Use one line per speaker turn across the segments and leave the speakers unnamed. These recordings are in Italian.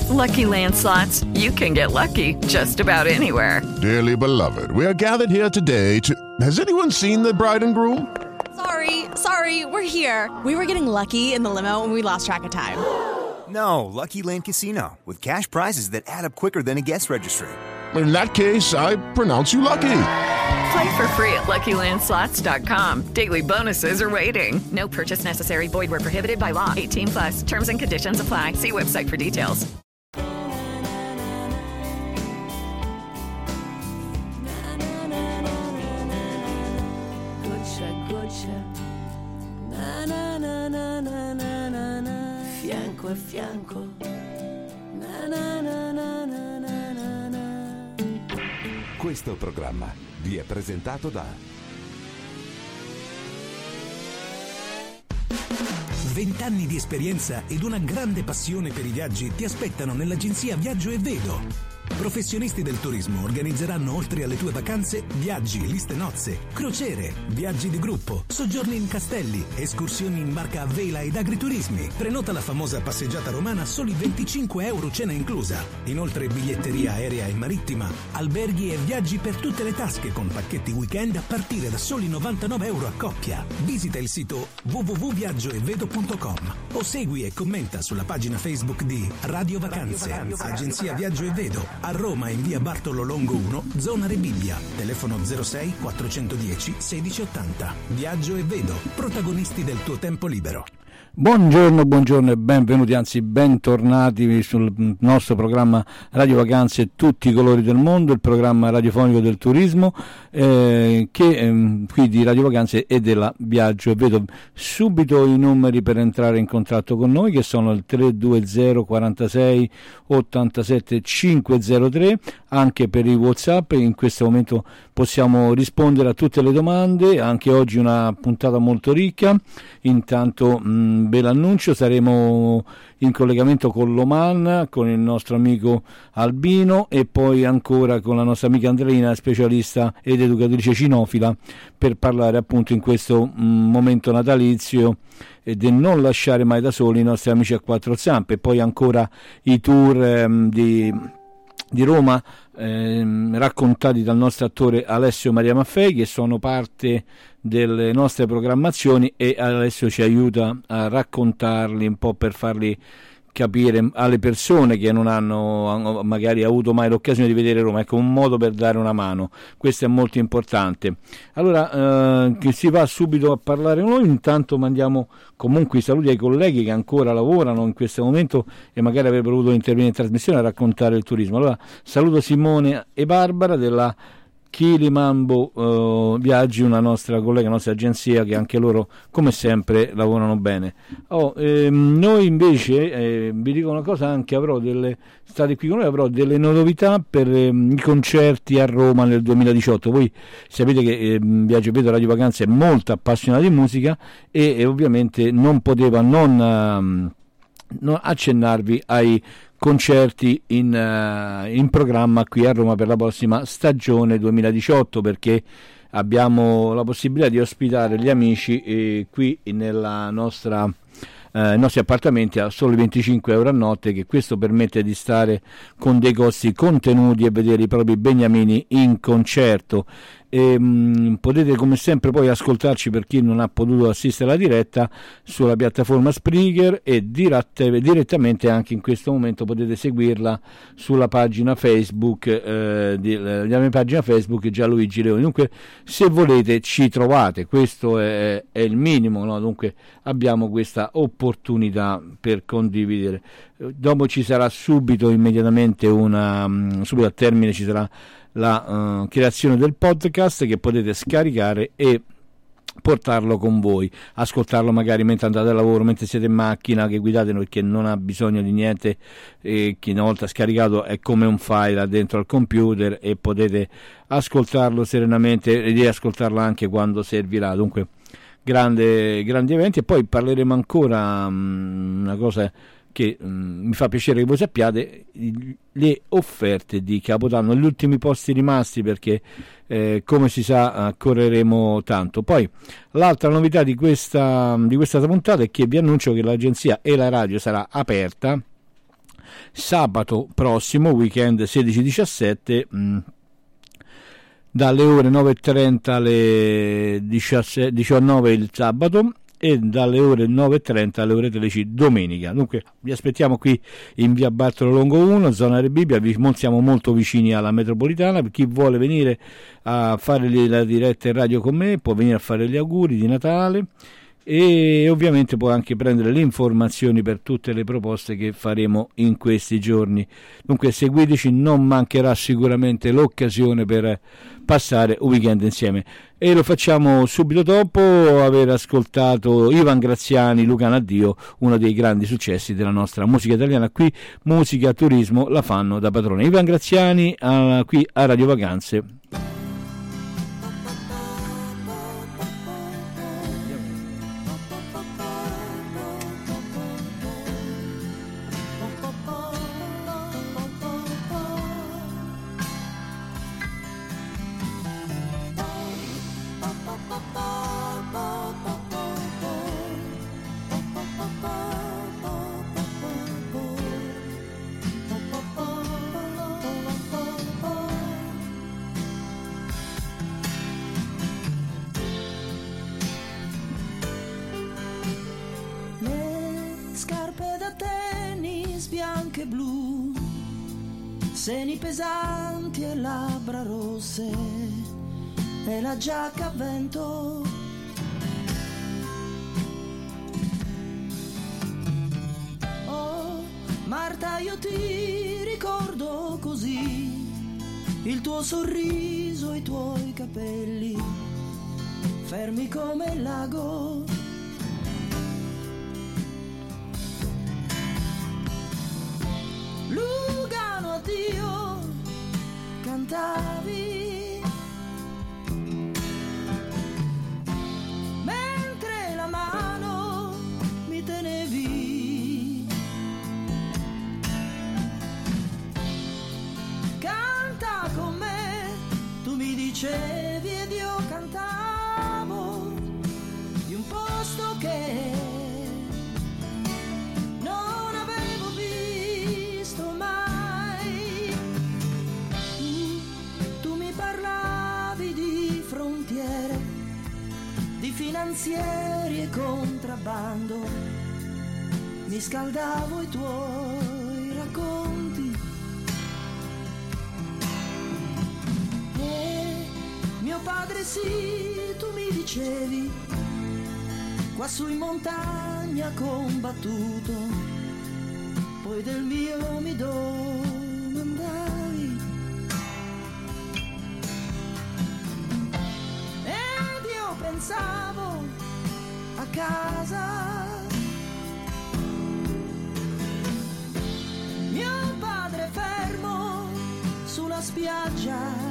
Lucky Land Slots, you can get lucky just about anywhere.
Dearly beloved, we are gathered here today to... Has anyone seen the bride and groom?
Sorry, we're here. We were getting lucky in the limo and we lost track of time.
No, Lucky Land Casino, with cash prizes that add up quicker than a guest registry.
In that case, I pronounce you lucky.
Play for free at LuckyLandSlots.com. Daily bonuses are waiting. No purchase necessary. Void where prohibited by law. 18+. Terms and conditions apply. See website for details.
Fianco a fianco. Na na na na na na na.
Questo programma vi è presentato da
20 anni di esperienza ed una grande passione per i viaggi ti aspettano nell'agenzia Viaggio e Vedo. Professionisti del turismo organizzeranno, oltre alle tue vacanze, viaggi, liste nozze, crociere, viaggi di gruppo, soggiorni in castelli, escursioni in barca a vela ed agriturismi. Prenota la famosa passeggiata romana a soli €25 cena inclusa. Inoltre biglietteria aerea e marittima, alberghi e viaggi per tutte le tasche con pacchetti weekend a partire da soli €99 a coppia. Visita il sito www.viaggioevedo.com o segui e commenta sulla pagina Facebook di Radio Vacanze, Agenzia Viaggio e Vedo. A Roma in via Bartolo Longo 1, zona Rebibbia. Telefono 06 410 1680. Viaggio e Vedo, protagonisti del tuo tempo libero.
Buongiorno e benvenuti, anzi bentornati sul nostro programma Radio Vacanze tutti i colori del mondo, il programma radiofonico del turismo qui di Radio Vacanze e della Viaggio e Vedo. Subito i numeri per entrare in contatto con noi, che sono il 320 46 87 503, anche per i WhatsApp. In questo momento possiamo rispondere a tutte le domande, anche oggi una puntata molto ricca. Intanto ve l'annuncio, saremo in collegamento con l'Oman, con il nostro amico Albino e poi ancora con la nostra amica Andreina, specialista ed educatrice cinofila, per parlare appunto in questo momento natalizio e di non lasciare mai da soli i nostri amici a quattro zampe. Poi ancora i tour di Roma raccontati dal nostro attore Alessio Maria Maffei, che sono parte delle nostre programmazioni, e Alessio ci aiuta a raccontarli un po' per farli capire alle persone che non hanno magari avuto mai l'occasione di vedere Roma. Ecco, un modo per dare una mano, questo è molto importante. Allora che si va subito a parlare noi. Intanto mandiamo comunque i saluti ai colleghi che ancora lavorano in questo momento e magari avrebbero voluto intervenire in trasmissione a raccontare il turismo. Allora saluto Simone e Barbara della Chilimambo Viaggi, una nostra collega, nostra agenzia, che anche loro come sempre lavorano bene. Noi invece vi dico una cosa, anche state qui con noi, avrò delle novità per i concerti a Roma nel 2018. Voi sapete che Viaggio e Vedo Radio Vacanze è molto appassionato di musica e ovviamente non poteva non accennarvi ai concerti in programma qui a Roma per la prossima stagione 2018, perché abbiamo la possibilità di ospitare gli amici qui nella nostra i nostri appartamenti a soli €25 a notte, che questo permette di stare con dei costi contenuti e vedere i propri beniamini in concerto. Potete come sempre poi ascoltarci, per chi non ha potuto assistere alla diretta, sulla piattaforma Spreaker, e direttamente anche in questo momento potete seguirla sulla pagina Facebook la mia pagina Facebook Gianluigi Leoni. Dunque, se volete ci trovate, questo è il minimo, no? Dunque abbiamo questa opportunità per condividere. Dopo ci sarà immediatamente subito a termine ci sarà la creazione del podcast, che potete scaricare e portarlo con voi, ascoltarlo magari mentre andate al lavoro, mentre siete in macchina, che guidate, perché non ha bisogno di niente, che una volta scaricato è come un file dentro al computer e potete ascoltarlo serenamente e riascoltarlo anche quando servirà. Dunque grandi eventi. E poi parleremo ancora una cosa che mi fa piacere che voi sappiate: le offerte di Capodanno, gli ultimi posti rimasti, perché come si sa correremo tanto. Poi l'altra novità di questa puntata è che vi annuncio che l'agenzia e la radio sarà aperta sabato prossimo, weekend 16-17, dalle ore 9.30 alle 19 il sabato e dalle ore 9.30 alle ore 13 domenica. Dunque vi aspettiamo qui in via Bartolo Longo 1, zona Rebibbia. Siamo molto vicini alla metropolitana. Per chi vuole venire a fare la diretta in radio con me può venire a fare gli auguri di Natale e ovviamente può anche prendere le informazioni per tutte le proposte che faremo in questi giorni. Dunque seguiteci, non mancherà sicuramente l'occasione per passare un weekend insieme, e lo facciamo subito dopo aver ascoltato Ivan Graziani, Lucano Addio, uno dei grandi successi della nostra musica italiana. Qui Musica Turismo la fanno da padrone. Ivan Graziani qui a Radio Vacanze.
Seni pesanti e labbra rosse e la giacca a vento. Oh, Marta, io ti ricordo così, il tuo sorriso, i tuoi capelli, fermi come il lago. Lugano, addio, cantavi, mentre la mano mi tenevi. Canta con me, tu mi dicevi ed io cantavo di un posto che non avevo visto mai. Tu mi parlavi di frontiere, di finanzieri e contrabbando, mi scaldavo i tuoi racconti. E mio padre sì, tu mi dicevi, quassù in montagna ha combattuto, poi del mio mi domandavi. Ed io pensavo a casa, mio padre fermo sulla spiaggia,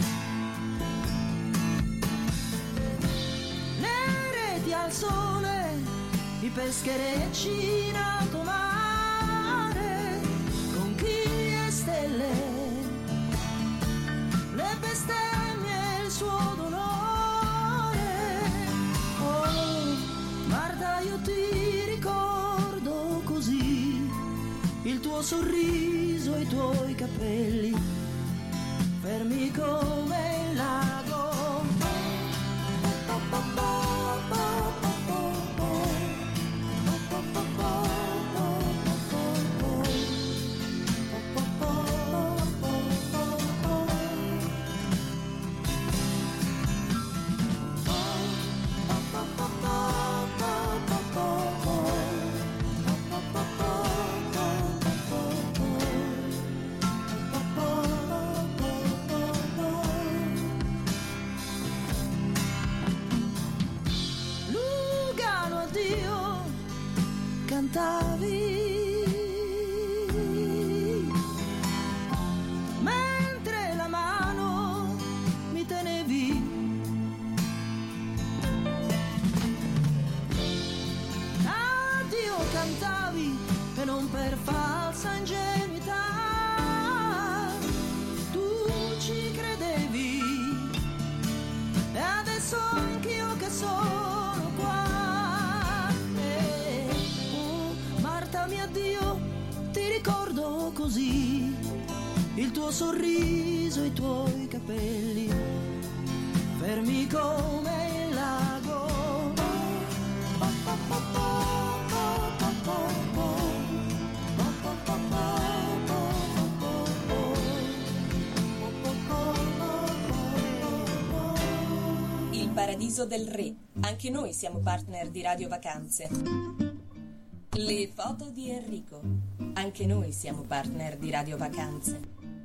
al sole, i pescherecci in alto mare, conchiglie e stelle, le bestemmie e il suo dolore. Oh, Marta, io ti ricordo così, il tuo sorriso, i tuoi capelli, fermi come il lago. così, il tuo sorriso, i tuoi capelli, fermi come il lago.
Il Paradiso del Re. Anche noi siamo partner di Radio Vacanze. Le foto di Enrico. Anche noi siamo partner di Radio Vacanze.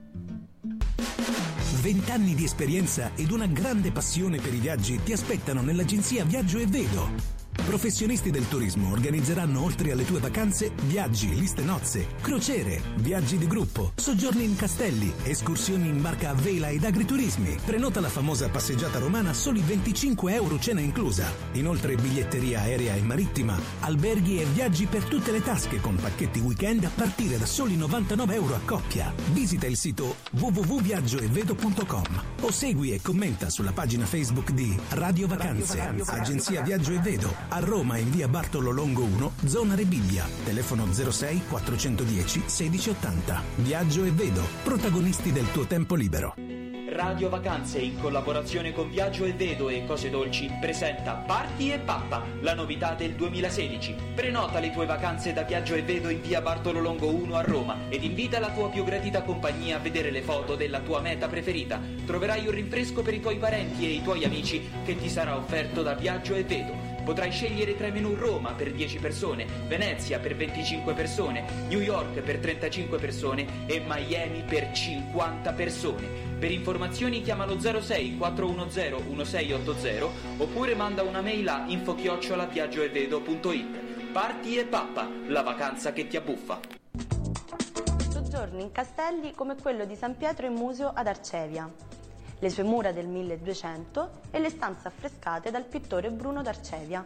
20 anni di esperienza ed una grande passione per i viaggi ti aspettano nell'agenzia Viaggio e Vedo. Professionisti del turismo organizzeranno, oltre alle tue vacanze, viaggi, liste nozze, crociere, viaggi di gruppo, soggiorni in castelli, escursioni in barca a vela ed agriturismi. Prenota la famosa passeggiata romana a soli 25 euro cena inclusa. Inoltre biglietteria aerea e marittima, alberghi e viaggi per tutte le tasche con pacchetti weekend a partire da soli 99 euro a coppia. Visita il sito www.viaggioevedo.com o segui e commenta sulla pagina Facebook di Radio Vacanze, Agenzia Viaggio e Vedo, a Roma in via Bartolo Longo 1, zona Rebibbia, telefono 06 410 1680. Viaggio e Vedo, protagonisti del tuo tempo libero.
Radio Vacanze, in collaborazione con Viaggio e Vedo e Cose Dolci, presenta Party e Pappa, la novità del 2016. Prenota le tue vacanze da Viaggio e Vedo in via Bartolo Longo 1 a Roma ed invita la tua più gradita compagnia a vedere le foto della tua meta preferita. Troverai un rinfresco per i tuoi parenti e i tuoi amici che ti sarà offerto da Viaggio e Vedo. Potrai scegliere tra i menù Roma per 10 persone, Venezia per 25 persone, New York per 35 persone e Miami per 50 persone. Per informazioni chiama lo 06 410 1680 oppure manda una mail a info@viaggioevedo.it. Party e Pappa, la vacanza che ti abbuffa.
Soggiorni in castelli come quello di San Pietro in Museo ad Arcevia, le sue mura del 1200 e le stanze affrescate dal pittore Bruno d'Arcevia.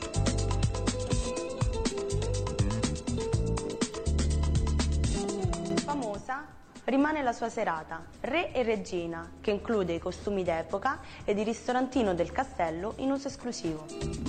Famosa rimane la sua serata, Re e Regina, che include i costumi d'epoca ed il ristorantino del castello in uso esclusivo.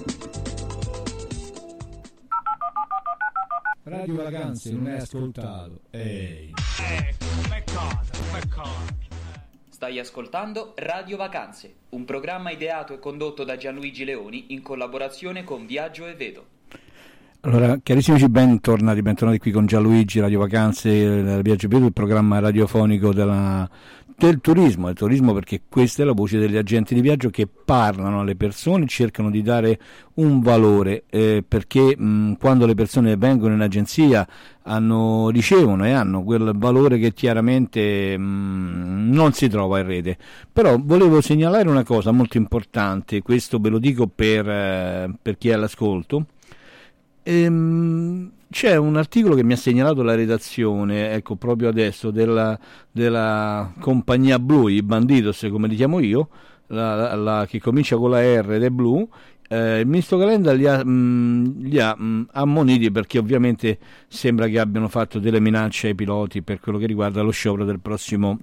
Radio Vacanze, non hai ascoltato? Ehi.
Peccato. Stai ascoltando Radio Vacanze, un programma ideato e condotto da Gianluigi Leoni in collaborazione con Viaggio e Vedo.
Allora, carissimi, bentornati qui con Gianluigi, Radio Vacanze, Viaggio e Vedo, il programma radiofonico del turismo, perché questa è la voce degli agenti di viaggio che parlano alle persone, cercano di dare un valore, perché quando le persone vengono in agenzia ricevono e hanno quel valore che chiaramente non si trova in rete. Però volevo segnalare una cosa molto importante, questo ve lo dico per chi è all'ascolto. C'è un articolo che mi ha segnalato la redazione, ecco, proprio adesso, della compagnia blu, i Bandidos come li chiamo io, che comincia con la R ed è blu. Il ministro Calenda li ha ammoniti, perché ovviamente sembra che abbiano fatto delle minacce ai piloti per quello che riguarda lo sciopero del prossimo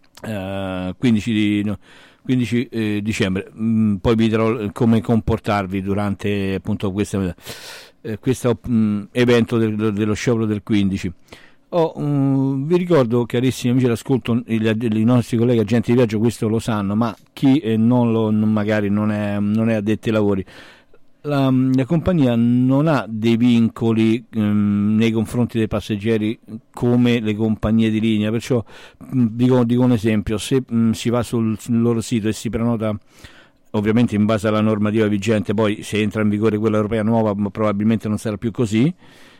15 dicembre. Poi vi dirò come comportarvi durante appunto questo evento dello sciopero del 15. Vi ricordo, carissimi amici all'ascolto, i nostri colleghi agenti di viaggio questo lo sanno, ma chi magari non è addetto ai lavori, la compagnia non ha dei vincoli nei confronti dei passeggeri come le compagnie di linea, perciò dico un esempio: se si va sul loro sito e si prenota, ovviamente in base alla normativa vigente, poi se entra in vigore quella europea nuova probabilmente non sarà più così,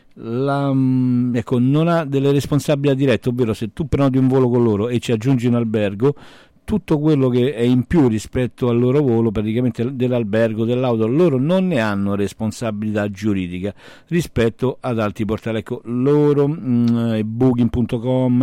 non ha delle responsabilità dirette, ovvero se tu prenoti un volo con loro e ci aggiungi un albergo, tutto quello che è in più rispetto al loro volo, praticamente dell'albergo, dell'auto, loro non ne hanno responsabilità giuridica rispetto ad altri portali. Ecco, loro, Booking.com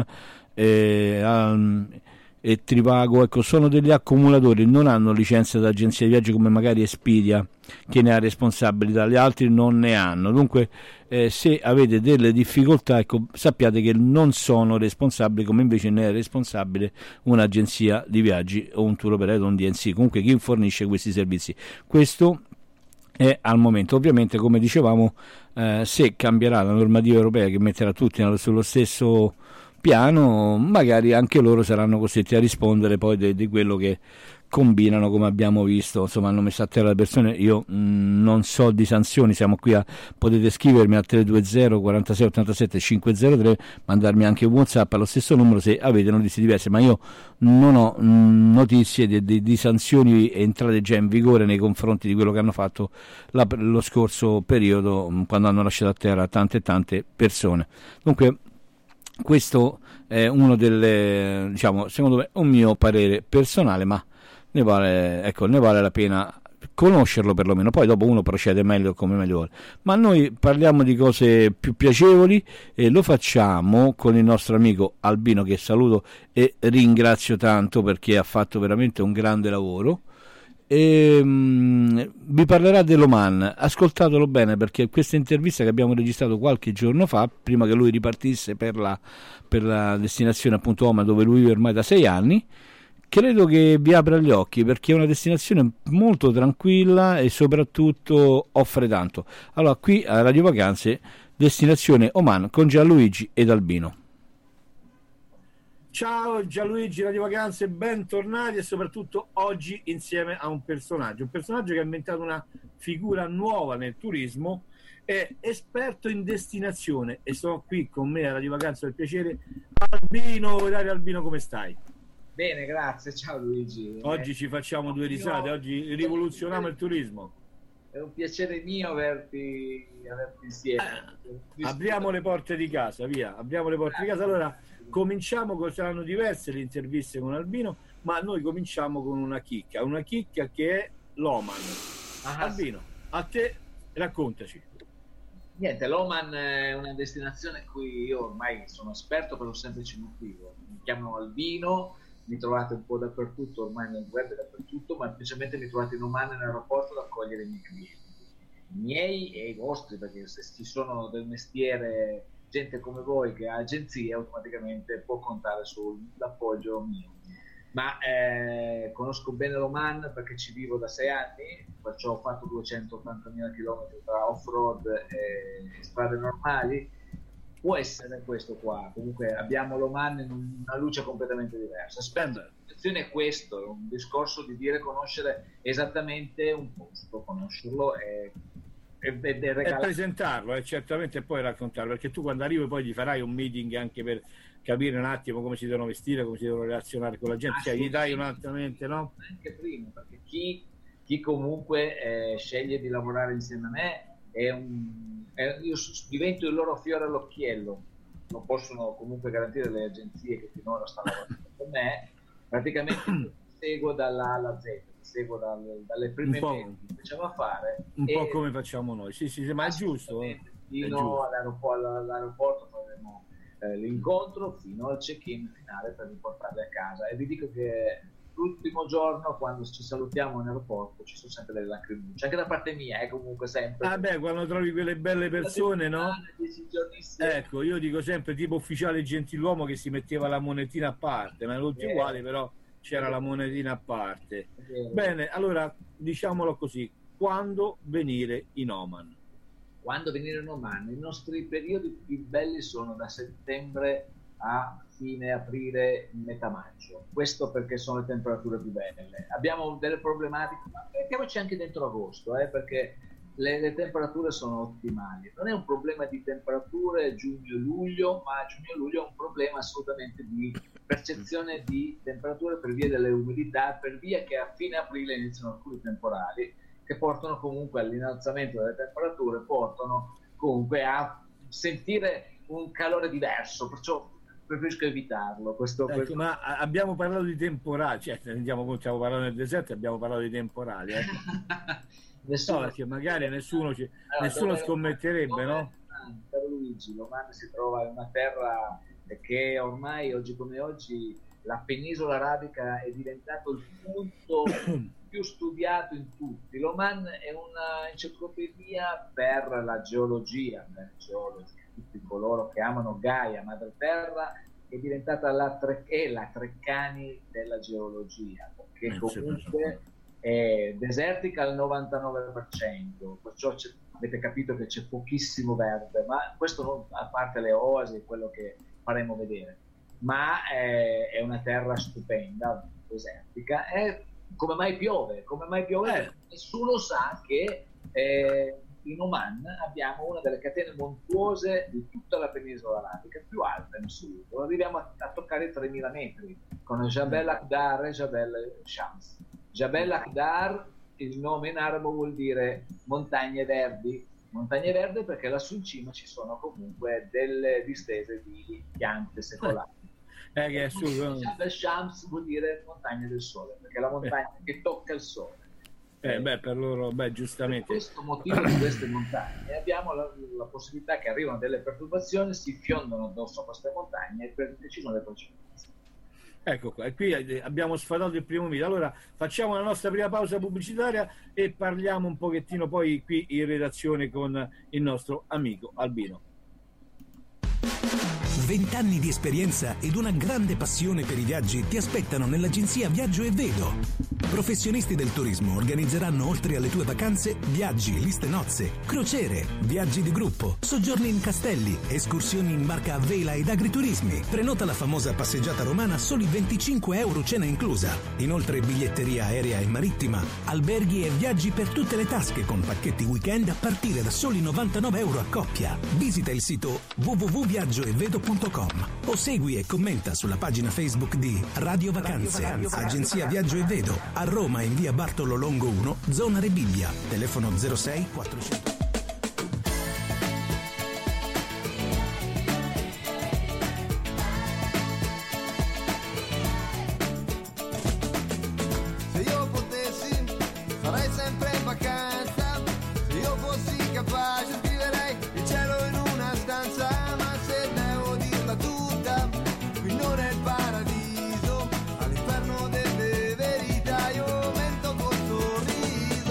e Trivago, ecco, sono degli accumulatori, non hanno licenza d'agenzia di viaggio come magari Expedia, che ne ha responsabilità, gli altri non ne hanno. Dunque se avete delle difficoltà, ecco, sappiate che non sono responsabili, come invece ne è responsabile un'agenzia di viaggi o un tour operator, un DNC, comunque chi fornisce questi servizi. Questo è al momento. Ovviamente, come dicevamo, se cambierà la normativa europea che metterà tutti sullo stesso piano magari anche loro saranno costretti a rispondere poi di quello che combinano, come abbiamo visto. Insomma, hanno messo a terra le persone. Io non so di sanzioni, siamo qui potete scrivermi al 320 46 87 503, mandarmi anche un WhatsApp allo stesso numero se avete notizie diverse, ma io non ho notizie di sanzioni entrate già in vigore nei confronti di quello che hanno fatto lo scorso periodo, quando hanno lasciato a terra tante persone. Dunque questo è uno delle, diciamo, secondo me un mio parere personale, ma ne vale la pena conoscerlo perlomeno, poi dopo uno procede meglio come meglio vuole. Ma noi parliamo di cose più piacevoli e lo facciamo con il nostro amico Albino, che saluto e ringrazio tanto perché ha fatto veramente un grande lavoro, e vi parlerà dell'Oman. Ascoltatelo bene, perché questa intervista che abbiamo registrato qualche giorno fa, prima che lui ripartisse per la destinazione appunto Oman, dove lui vive ormai da 6 anni, credo che vi apra gli occhi, perché è una destinazione molto tranquilla e soprattutto offre tanto. Allora, qui a Radio Vacanze, destinazione Oman con Gianluigi ed Albino.
Ciao Gianluigi, Radio Vacanze, bentornati, e soprattutto oggi insieme a un personaggio che ha inventato una figura nuova nel turismo, è esperto in destinazione, e sono qui con me a Radio Vacanze per piacere Albino. Albino, come stai?
Bene, grazie, ciao Luigi.
Oggi ci facciamo due risate, oggi rivoluzioniamo il turismo.
È un piacere mio averti insieme.
Apriamo le porte di casa, via, apriamo le porte di casa. Allora, cominciamo, saranno diverse le interviste con Albino, ma noi cominciamo con una chicca che è l'Oman. Albino, a te, raccontaci.
Niente, l'Oman è una destinazione a cui io ormai sono esperto per un semplice motivo. Mi chiamo Albino, mi trovate un po' dappertutto, ormai nel web dappertutto, ma specialmente mi trovate in Oman, nell'aeroporto, ad accogliere i miei clienti. I miei e i vostri, perché se ci sono del mestiere gente come voi che ha agenzie, automaticamente può contare sull'appoggio mio. Ma conosco bene l'Oman perché ci vivo da 6 anni, perciò ho fatto 280.000 km tra off-road e strade normali. Può essere questo qua, comunque abbiamo l'Oman in una luce completamente diversa. L'attenzione è questo, è un discorso di conoscere esattamente un posto, conoscerlo e
presentarlo, e certamente poi raccontarlo, perché tu quando arrivi poi gli farai un meeting anche per capire un attimo come si devono vestire, come si devono relazionare con la gente, cioè gli dai un attimo, no? Anche
prima, perché chi comunque sceglie di lavorare insieme a me io divento il loro fiore all'occhiello. Non possono comunque garantire le agenzie che finora stanno lavorando con me, praticamente seguo dalla A alla Z, seguo dalle prime mesi che cominciamo a fare
un po' come facciamo noi. Sì, ma è giusto,
fino all'aeroporto faremo l'incontro fino al check-in finale per riportarli a casa, e vi dico che l'ultimo giorno, quando ci salutiamo in aeroporto, ci sono sempre delle lacrimucce, anche da parte mia, comunque sempre.
Quando trovi quelle belle persone, no? Ecco, io dico sempre tipo ufficiale gentiluomo che si metteva la monetina a parte, ma erano tutti uguali, però c'era la monetina a parte. Bene, allora diciamolo così: quando venire in Oman?
Quando venire in Oman? I nostri periodi più belli sono da settembre a fine aprile, metà maggio. Questo perché sono le temperature più belle. Abbiamo delle problematiche, ma mettiamoci anche dentro agosto, perché le temperature sono ottimali. Non è un problema di temperature giugno e luglio, ma giugno e luglio è un problema assolutamente di percezione di temperature per via delle umidità, per via che a fine aprile iniziano alcuni temporali che portano comunque all'innalzamento delle temperature, portano comunque a sentire un calore diverso, perciò preferisco evitarlo. Questo.
Ma abbiamo parlato di temporali, cioè stiamo parlando del deserto, abbiamo parlato di temporali. No, perché magari nessuno scommetterebbe, no?
Caro Luigi, l'Oman si trova in una terra che ormai, oggi come oggi, la penisola arabica è diventato il punto più studiato in tutti. L'Oman è una enciclopedia per la geologia, per i geologi, tutti coloro che amano Gaia, madre terra, è diventata la Treccani della geologia, perché comunque è desertica al 99%, perciò avete capito che c'è pochissimo verde, ma questo non, a parte le oasi, è quello che faremo vedere. ma è una terra stupenda, desertica. Come mai piove? Nessuno sa che in Oman abbiamo una delle catene montuose di tutta la penisola arabica, più alta in assoluto. Arriviamo a toccare i 3000 metri con Jabal Akhdar e Jabal Shams. Jabal Akhdar, il nome in arabo vuol dire montagne verdi perché lassù in cima ci sono comunque delle distese di piante secolari. Jabal Shams vuol dire montagna del sole, perché è la montagna che tocca il sole.
Per loro, giustamente.
Per questo motivo di queste montagne abbiamo la possibilità che arrivano delle perturbazioni, si fiondano addosso a queste montagne e ci sono le precipitazioni.
Ecco qua, e qui abbiamo sfatato il primo mito. Allora facciamo la nostra prima pausa pubblicitaria e parliamo un pochettino poi qui in redazione con il nostro amico Albino.
20 anni di esperienza ed una grande passione per i viaggi ti aspettano nell'agenzia Viaggio e Vedo. Professionisti del turismo organizzeranno oltre alle tue vacanze viaggi, liste nozze, crociere, viaggi di gruppo, soggiorni in castelli, escursioni in barca a vela ed agriturismi. Prenota la famosa passeggiata romana a soli 25 euro cena inclusa. Inoltre biglietteria aerea e marittima, alberghi e viaggi per tutte le tasche con pacchetti weekend a partire da soli 99 euro a coppia. Visita il sito www.viaggioevedo.com o segui e commenta sulla pagina Facebook di Radio Vacanze, Agenzia Viaggio e Vedo, a Roma in via Bartolo Longo 1, zona Rebibbia, telefono 06 400.
Se io potessi farei sempre in vacanza, se io fossi capace scriverei il cielo in una stanza, ma se devo dirla tutta, qui non è il paradiso, all'inferno delle verità io mento col sorriso.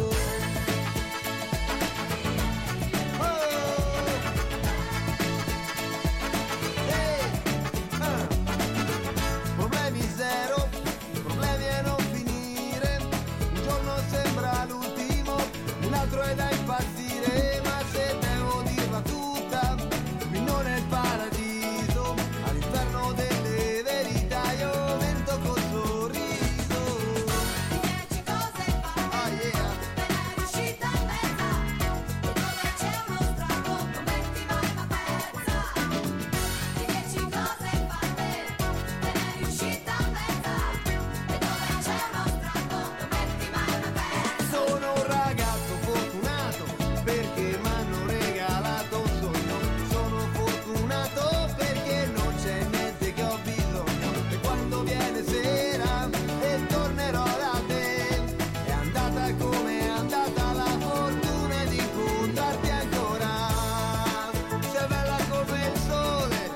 Problemi zero, problemi a non finire, un giorno sembra l'ultimo, un altro è da impazzire, ma se devo dirla tutta, qui non è il paradiso, all'inferno delle verità io mento col sorriso. Dieci cose fatte, te ne è riuscita mezza, e dove c'è uno strappo non metti mai una terza. Dieci cose fatte, te ne è riuscita mezza, e dove c'è uno strappo non metti mai una terza. Sono un ragazzo fortunato perché m'hanno regalato un sogno, sono fortunato perché non c'è niente che ho bisogno, e quando viene sera e tornerò da te, è andata come è andata la fortuna di incontrarti ancora. Sei bella come il sole,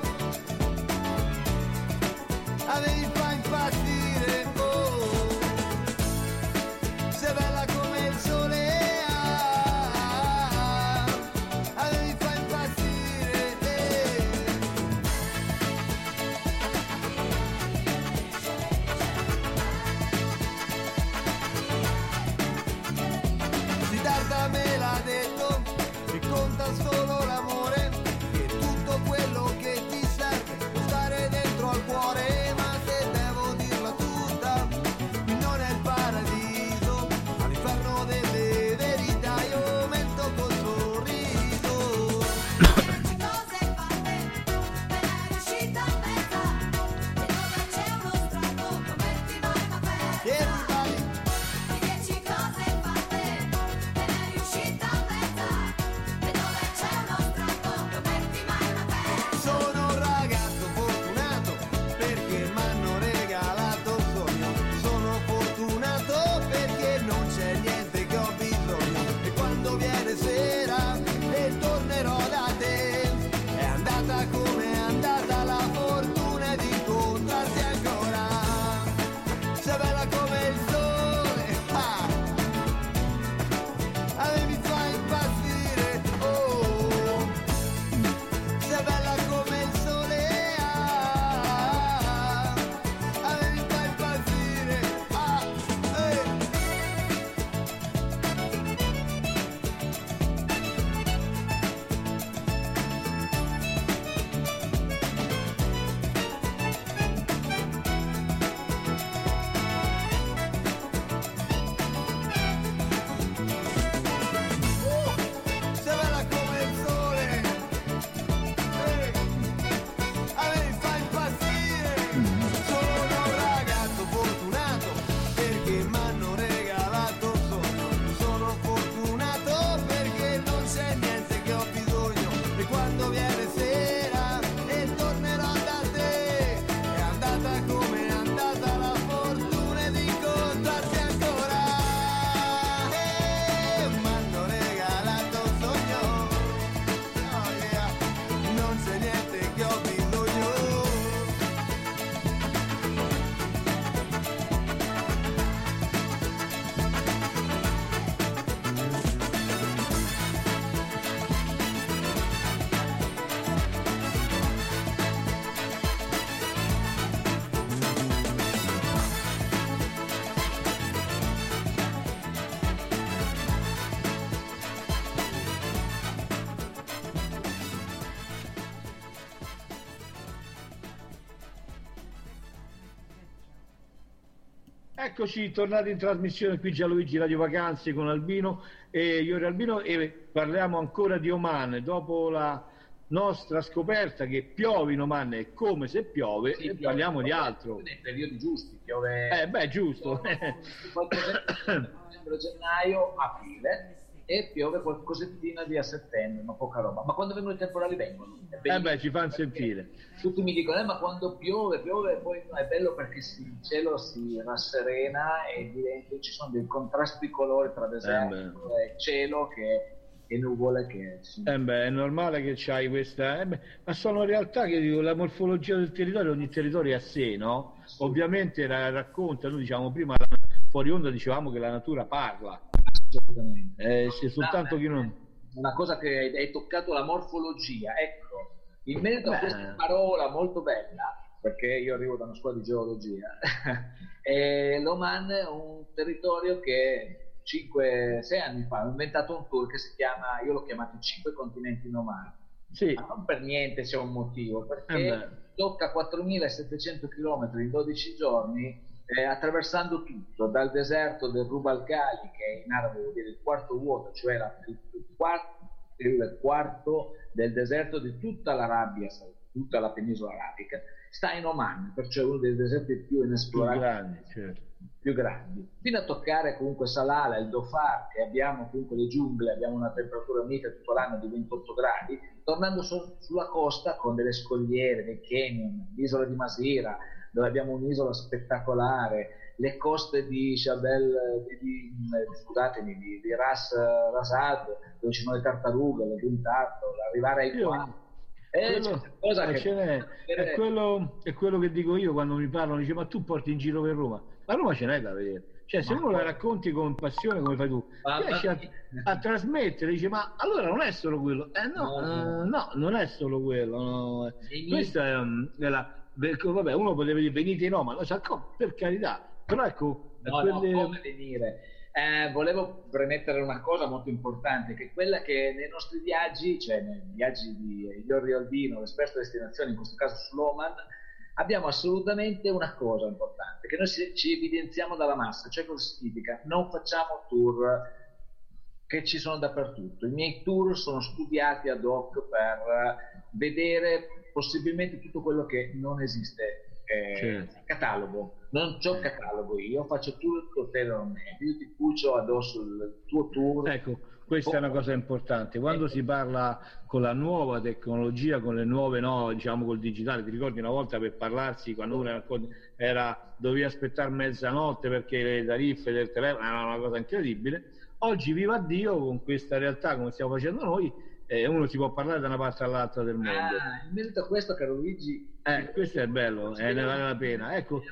avevi fa impazzire, oh. Sei bella come il sole, avevi fa impazzire, Siddhartha me l'ha detto, che conta solo l'amore, che tutto quello che ti serve può stare dentro al cuore, ma se
Eccoci tornati in trasmissione qui Gianluigi Radio Vacanze con Albino e Iori Albino, e parliamo ancora di Oman dopo la nostra scoperta che piove in Oman, è come se piove, e parliamo di altro.
Nei periodi giusti, piove.
Giusto.
Gennaio, aprile, e piove qualcosettina a settembre, ma poca roba. Ma quando vengono i temporali vengono.
Ci fanno sentire.
Tutti mi dicono, ma quando piove, poi no, è bello perché il cielo si rasserena e ci sono dei contrasti di colori tra deserto e cielo e nuvole che
è normale che c'hai questa ma sono realtà che dico, la morfologia del territorio, ogni territorio è a sé, no? Ovviamente racconta, noi diciamo prima fuori onda dicevamo che la natura parla.
Assolutamente.
C'è soltanto chi non...
Una cosa che hai toccato, la morfologia, ecco, in merito a questa parola molto bella, perché io arrivo da una scuola di geologia, l'Oman è un territorio che 5-6 anni fa ho inventato un tour che si chiama, io l'ho chiamato 5 continenti in Oman.
Sì.
Ma non per niente c'è un motivo, perché tocca 4.700 km in 12 giorni, attraversando tutto, dal deserto del Rub al Khali, che in arabo vuol dire il quarto vuoto, cioè il quarto del deserto di tutta l'Arabia, tutta la penisola arabica, sta in Oman, perciò è uno dei deserti più inesplorati, più grandi, fino a toccare comunque Salalah, il Dhofar, che abbiamo comunque le giungle, abbiamo una temperatura mite tutto l'anno di 28 gradi, tornando sulla costa con delle scogliere, dei canyon, l'isola di Masira, dove abbiamo un'isola spettacolare, le coste di di Ras Rasad, dove ci sono le tartarughe, le duntartole, arrivare ai qua.
È quello che dico io quando mi parlano, dice ma tu porti in giro per Roma, ma Roma ce n'è da vedere, cioè se uno la racconti con passione come fai tu, riesci a trasmettere, dice ma allora non è solo quello, no, non è solo quello, no. Questa è vabbè, uno potrebbe dire venite in Roma, per carità, però ecco
come venire. Volevo premettere una cosa molto importante, che è quella che nei nostri viaggi, cioè nei viaggi di Iori Albino, l'esperto destinazione, in questo caso sull'Oman, abbiamo assolutamente una cosa importante, che noi ci evidenziamo dalla massa. Cioè cosa significa? Non facciamo tour che ci sono dappertutto. I miei tour sono studiati ad hoc per vedere possibilmente tutto quello che non esiste. Catalogo, non c'ho catalogo, io faccio tutto te non è, io ti cucio addosso il tuo tour.
Ecco, questa è una cosa importante quando si parla con la nuova tecnologia, con le nuove, diciamo col digitale. Ti ricordi una volta per parlarsi, quando uno dovevi aspettare mezzanotte perché le tariffe del telefono erano una cosa incredibile. Oggi viva Dio, con questa realtà come stiamo facendo noi, uno si può parlare da una parte all'altra del mondo.
In merito a questo, caro Luigi,
questo è bello, ne vale la pena. Ecco,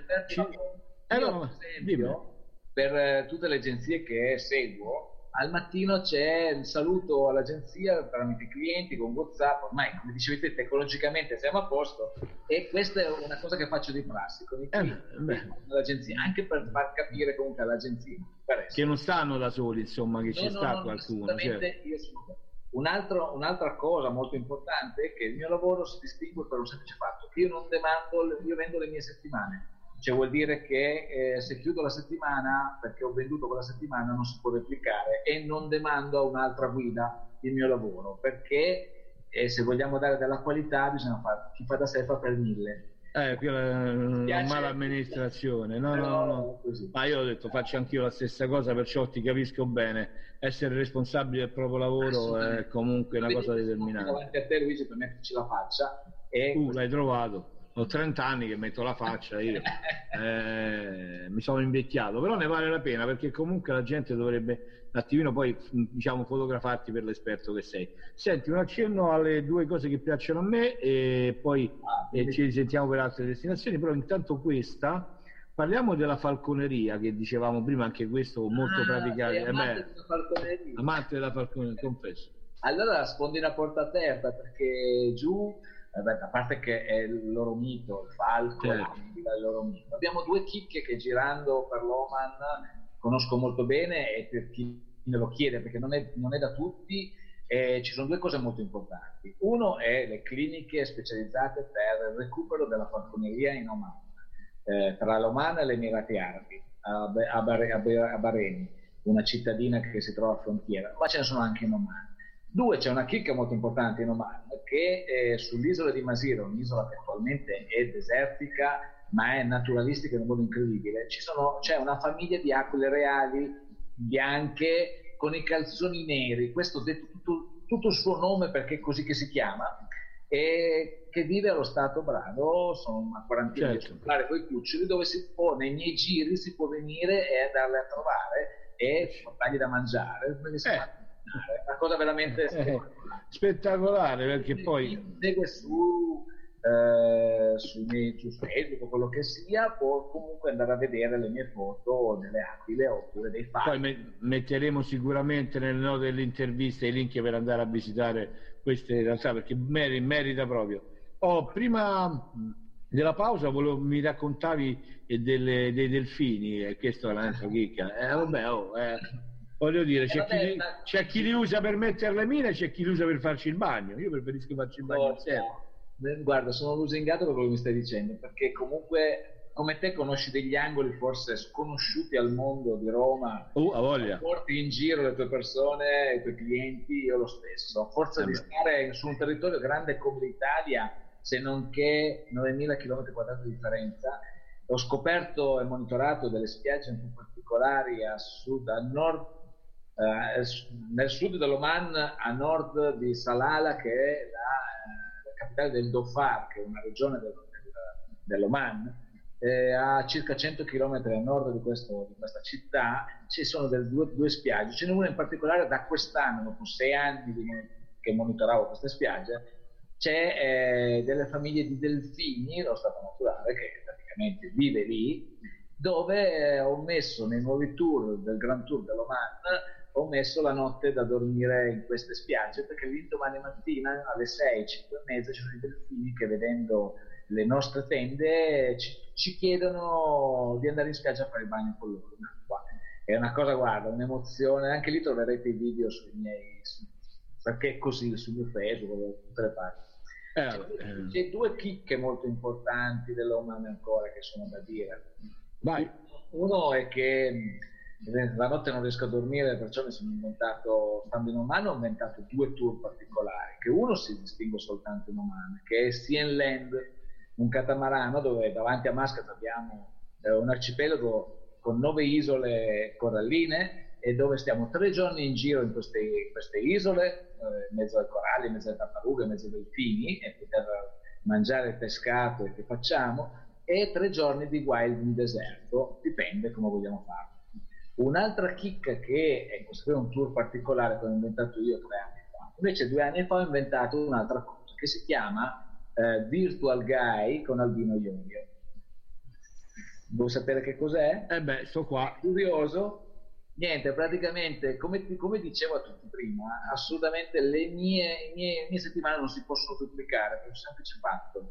per tutte le agenzie che seguo, al mattino c'è il saluto all'agenzia tramite i clienti con WhatsApp. Ormai, come dicevi te, tecnologicamente siamo a posto, e questa è una cosa che faccio di prassi con i clienti dell'agenzia, anche per far capire comunque all'agenzia
che non stanno da soli, insomma, che ci sta qualcuno.
Io sono... Un'altra cosa molto importante è che il mio lavoro si distingue per un semplice fatto, che io non demando, io vendo le mie settimane, cioè vuol dire che se chiudo la settimana perché ho venduto quella settimana non si può replicare, e non demando a un'altra guida il mio lavoro, perché se vogliamo dare della qualità bisogna fare, chi fa da sé fa per 1000.
Quella è una mala amministrazione. No. Ma io ho detto faccio anch'io la stessa cosa, perciò ti capisco bene. Essere responsabile del proprio lavoro è comunque una cosa determinante.
Davanti a te, Luigi, per metterci la faccia.
L'hai trovato. Ho 30 anni che metto la faccia io. Mi sono invecchiato, però ne vale la pena, perché comunque la gente dovrebbe un attimino poi, diciamo, fotografarti per l'esperto che sei. Senti, un accenno alle due cose che piacciono a me e poi ci risentiamo per altre destinazioni, però intanto parliamo della falconeria, che dicevamo prima, anche questo molto praticato. Amante della falconeria, confesso.
Allora sfondi una porta aperta, perché giù, a parte che è il loro mito, il falco, è il loro mito. Abbiamo due chicche che girando per l'Oman conosco molto bene, e per chi me lo chiede, perché non è da tutti, ci sono due cose molto importanti. Uno è le cliniche specializzate per il recupero della falconeria in Oman. tra l'Oman e gli Emirati Arabi, a Bahrain, una cittadina che si trova a frontiera, ma ce ne sono anche in Oman. 2, c'è una chicca molto importante in Oman, che sull'isola di Masira, un'isola che attualmente è desertica ma è naturalistica in un modo incredibile, c'è una famiglia di aquile reali bianche con i calzoni neri, questo detto tutto il suo nome perché è così che si chiama, e che vive allo Stato Brado, sono una quarantina di esemplari con i cuccioli, dove nei miei giri si può venire e andarle a trovare e portargli da mangiare. È una cosa veramente
spettacolare, perché poi
segue su Facebook o quello che sia, può comunque andare a vedere le mie foto delle aquile oppure dei fari.
Poi metteremo sicuramente nelle note dell'intervista i link per andare a visitare queste realtà, perché merita proprio. Prima della pausa mi raccontavi dei delfini, e questa è un'altra chicca. Voglio dire, c'è chi li usa per mettere le mine, c'è chi li usa per farci il bagno. Io preferisco farci il bagno insieme.
Guarda, sono lusingato per quello che mi stai dicendo, perché comunque come te conosci degli angoli forse sconosciuti al mondo di Roma,
a voglia.
Porti in giro le tue persone, i tuoi clienti, io lo stesso, a forza di stare su un territorio grande come l'Italia, se non che 9.000 km² di differenza, ho scoperto e monitorato delle spiagge un po' particolari a nord, nel sud dell'Oman, a nord di Salalah, che è la capitale del Dhofar, che è una regione dell'Oman, a circa 100 km a nord di questa città. Ci sono due spiagge, ce n'è una in particolare da quest'anno, dopo 6 anni che monitoravo queste spiagge, c'è delle famiglie di delfini, lo stato naturale, che praticamente vive lì, dove ho messo nei nuovi tour del Grand Tour dell'Oman, ho messo la notte da dormire in queste spiagge, perché l'indomani mattina alle 6, 5:30 ci sono i delfini che, vedendo le nostre tende, ci chiedono di andare in spiaggia a fare il bagno con loro. È una cosa, guarda, un'emozione. Anche lì troverete i video perché è così, sul mio Facebook, da tutte le parti. C'è 2 chicche molto importanti dell'Oman ancora che sono da dire.
Vai.
Uno è che la notte non riesco a dormire, perciò mi sono inventato, stando in Oman, ho inventato 2 tour particolari, che uno si distingue soltanto in Oman, che è Siem Land, un catamarano dove davanti a Muscat abbiamo un arcipelago con 9 isole coralline, e dove stiamo 3 giorni in giro in queste isole, in mezzo ai coralli, in mezzo alle tartarughe, in mezzo ai delfini, e poter mangiare il pescato che facciamo, e 3 giorni di wild in deserto, dipende come vogliamo farlo. Un'altra chicca, che è questo è un tour particolare che ho inventato io 3 anni fa. Invece 2 anni fa ho inventato un'altra cosa che si chiama Virtual Guy con Albino Ionio. Vuoi sapere che cos'è?
Sto qua.
Curioso? Niente, praticamente, come dicevo a tutti prima, assolutamente le mie settimane non si possono duplicare per un semplice fatto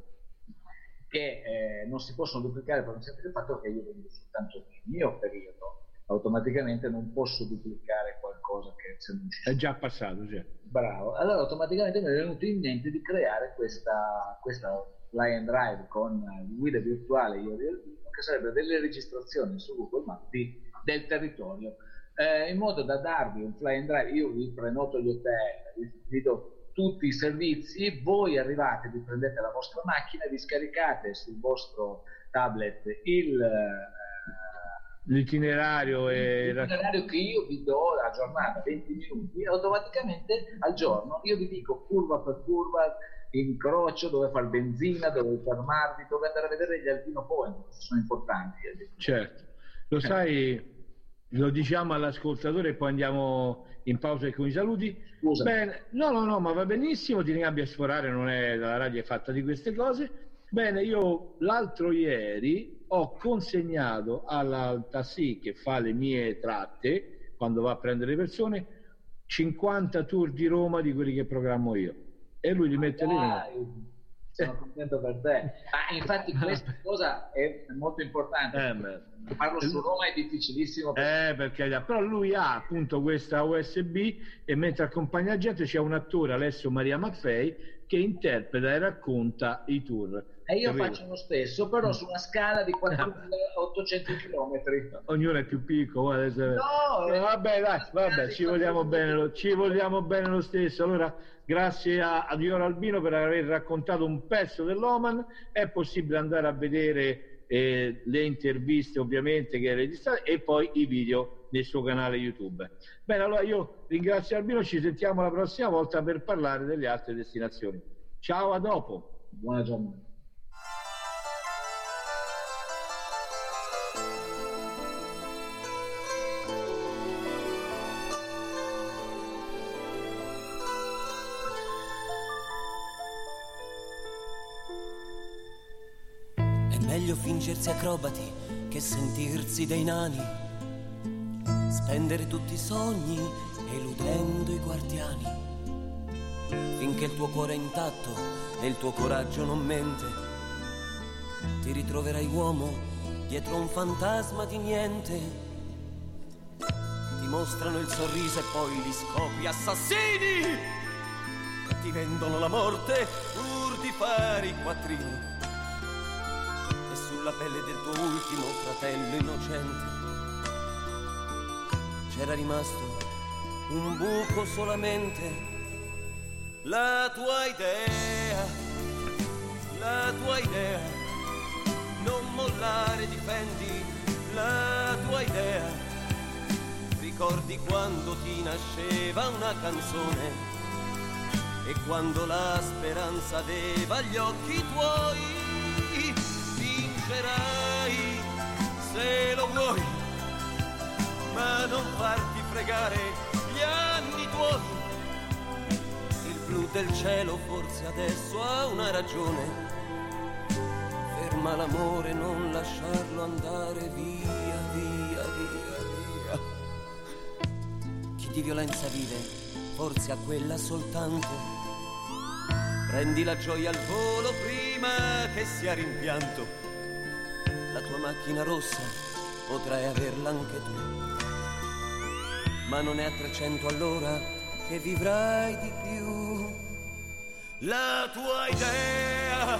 che non si possono duplicare per un semplice fatto che io vedo soltanto nel mio periodo. Automaticamente non posso duplicare qualcosa che se non ci
è già passato, già.
Bravo. Allora automaticamente mi è venuto in mente di creare questa Fly and Drive con guida virtuale io del vivo, che sarebbe delle registrazioni su Google Maps del territorio, in modo da darvi un Fly and Drive. Io vi prenoto gli hotel, vi do tutti i servizi, voi arrivate, vi prendete la vostra macchina, vi scaricate sul vostro tablet
l'itinerario
che io vi do la giornata, 20 minuti, e automaticamente al giorno io vi dico curva per curva, incrocio, dove far benzina, dove fermarvi, dove andare a vedere gli Albino Point, sono importanti.
Certo, lo sai, lo diciamo all'ascoltatore e poi andiamo in pausa con i saluti.
Scusa.
Bene, no, ma va benissimo, ti ingabbi a sforare, non è, la radio è fatta di queste cose. Bene, io l'altro ieri ho consegnato alla taxi che fa le mie tratte quando va a prendere le persone 50 tour di Roma di quelli che programmo io, e lui li mette lì.
Sono contento per te. Infatti questa cosa è molto importante. Parlo su Roma è difficilissimo
perché però lui ha appunto questa USB, e mentre accompagna la gente c'è un attore, Alessio Maria Maffei, che interpreta e racconta i tour.
E io faccio lo stesso, però su una scala di 4.800 km.
Ognuno è più piccolo.
No,
vabbè, ci vogliamo bene lo stesso. Allora, grazie a Dior Albino per aver raccontato un pezzo dell'Oman. È possibile andare a vedere le interviste, ovviamente, che ha registrato, e poi i video nel suo canale YouTube. Bene, allora io ringrazio Albino, ci sentiamo la prossima volta per parlare delle altre destinazioni. Ciao, a dopo.
Buona giornata.
Meglio fingersi acrobati che sentirsi dei nani, spendere tutti i sogni eludendo i guardiani. Finché il tuo cuore è intatto e il tuo coraggio non mente, ti ritroverai uomo dietro un fantasma di niente. Ti mostrano il sorriso e poi li scopri assassini, ti vendono la morte pur di fare i quattrini. La pelle del tuo ultimo fratello innocente c'era rimasto un buco solamente. La tua idea, non mollare, difendi la tua idea. Ricordi quando ti nasceva una canzone e quando la speranza aveva gli occhi tuoi. Se lo vuoi, ma non farti fregare gli anni tuoi. Il blu del cielo forse adesso ha una ragione. Ferma l'amore, non lasciarlo andare via, via, via, via. Chi di violenza vive forse ha quella soltanto. Prendi la gioia al volo prima che sia rimpianto. La tua macchina rossa potrai averla anche tu, ma non è a 300 all'ora che vivrai di più. La tua idea,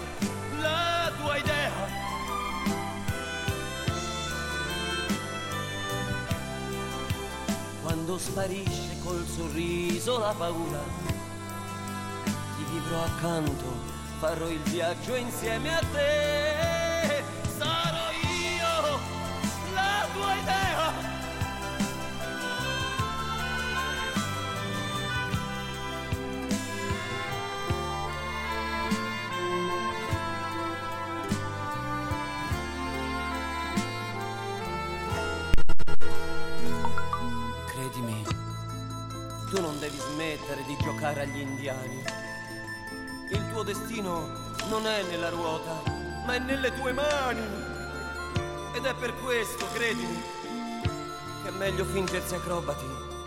quando sparisce col sorriso la paura, ti vivrò accanto, farò il viaggio insieme a te. Sarò io la tua idea. Credimi, tu non devi smettere di giocare agli indiani. Il tuo destino non è nella ruota, ma è nelle tue mani. Ed è per questo, credimi, che è meglio fingersi acrobati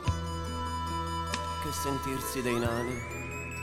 che sentirsi dei nani.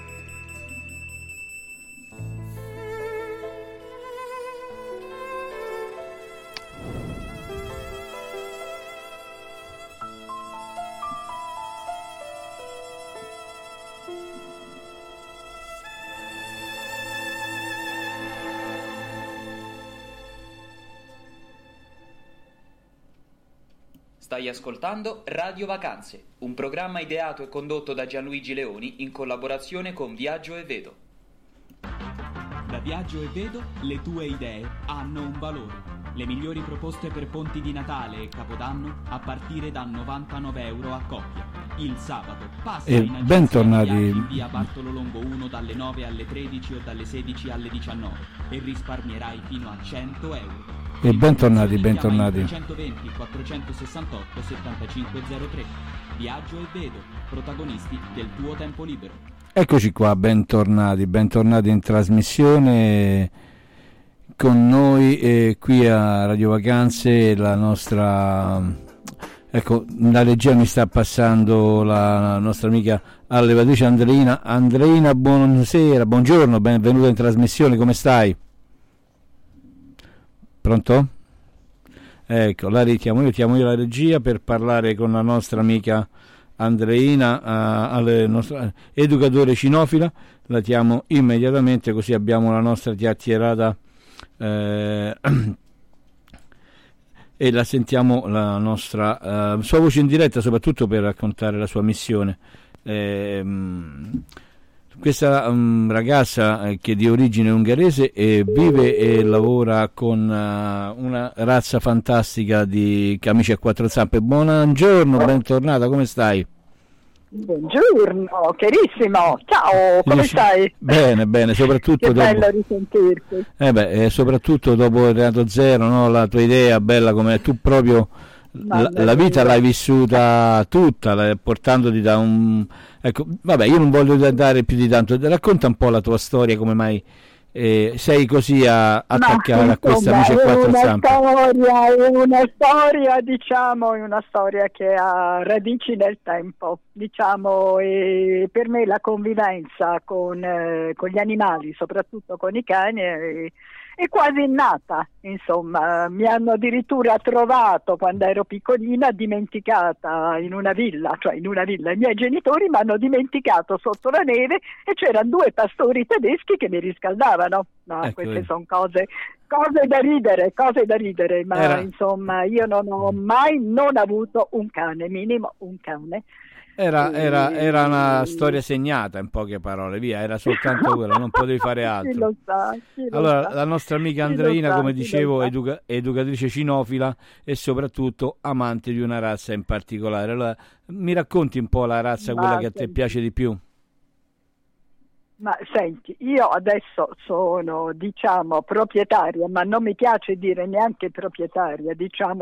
Stai ascoltando Radio Vacanze, un programma ideato e condotto da Gianluigi Leoni in collaborazione con Viaggio e Vedo.
Da Viaggio e Vedo le tue idee hanno un valore. Le migliori proposte per ponti di Natale e Capodanno a partire da €99 a coppia. Il sabato passa in agenzia
bentornati
in via Bartolo Longo 1 dalle 9 alle 13 o dalle 16 alle 19 e risparmierai fino a €100.
E bentornati.
320 468 7503. Viaggio e Vedo, protagonisti del tuo tempo libero.
Eccoci qua, bentornati in trasmissione con noi qui a Radio Vacanze. La nostra, ecco, la regia mi sta passando la nostra amica allevatrice Andreina. Andreina, buonasera, buongiorno, benvenuta in trasmissione, come stai? Pronto? Ecco, la richiamo io la regia per parlare con la nostra amica Andreina, al nostro educatore cinofila. La chiamo immediatamente, così abbiamo la nostra chiacchierata e la sentiamo la nostra sua voce in diretta, soprattutto per raccontare la sua missione. Questa ragazza che è di origine ungherese vive e lavora con una razza fantastica di camicie a quattro zampe. Buongiorno, bentornata, come stai?
Buongiorno, carissimo, ciao, come stai?
Bene, soprattutto
che
dopo...
bello risentirti.
Soprattutto dopo il Reato Zero, no? La tua idea bella, come tu proprio la vita l'hai vissuta tutta, portandoti da un... Ecco, vabbè, io non voglio dare più di tanto, racconta un po' la tua storia, come mai sei così attaccata a questa amica a quattro zampe.
Una storia, diciamo, è una storia che ha radici nel tempo, diciamo, e per me la convivenza con gli animali, soprattutto con i cani, è quasi innata, insomma. Mi hanno addirittura trovato quando ero piccolina dimenticata in una villa, i miei genitori mi hanno dimenticato sotto la neve e c'erano 2 pastori tedeschi che mi riscaldavano. No, ecco, queste sono cose da ridere, ma insomma io non ho mai non avuto un cane, minimo un cane.
Era una storia segnata, in poche parole, via, era soltanto quello, non potevi fare altro.
Chi lo sa.
Allora, la nostra amica Andreina, come dicevo, è educatrice cinofila e soprattutto amante di una razza in particolare. Allora, mi racconti un po' la razza, quella che a te piace di più?
Ma senti, io adesso sono, diciamo, proprietaria, ma non mi piace dire neanche proprietaria, diciamo,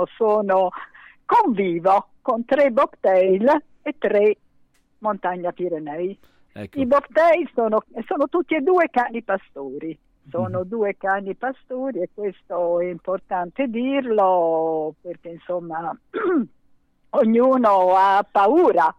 convivo con 3 bobtail e 3 montagna Pirenei. Ecco. I bobtail sono tutti e 2 cani pastori. Sono 2 cani pastori e questo è importante dirlo perché insomma ognuno ha paura,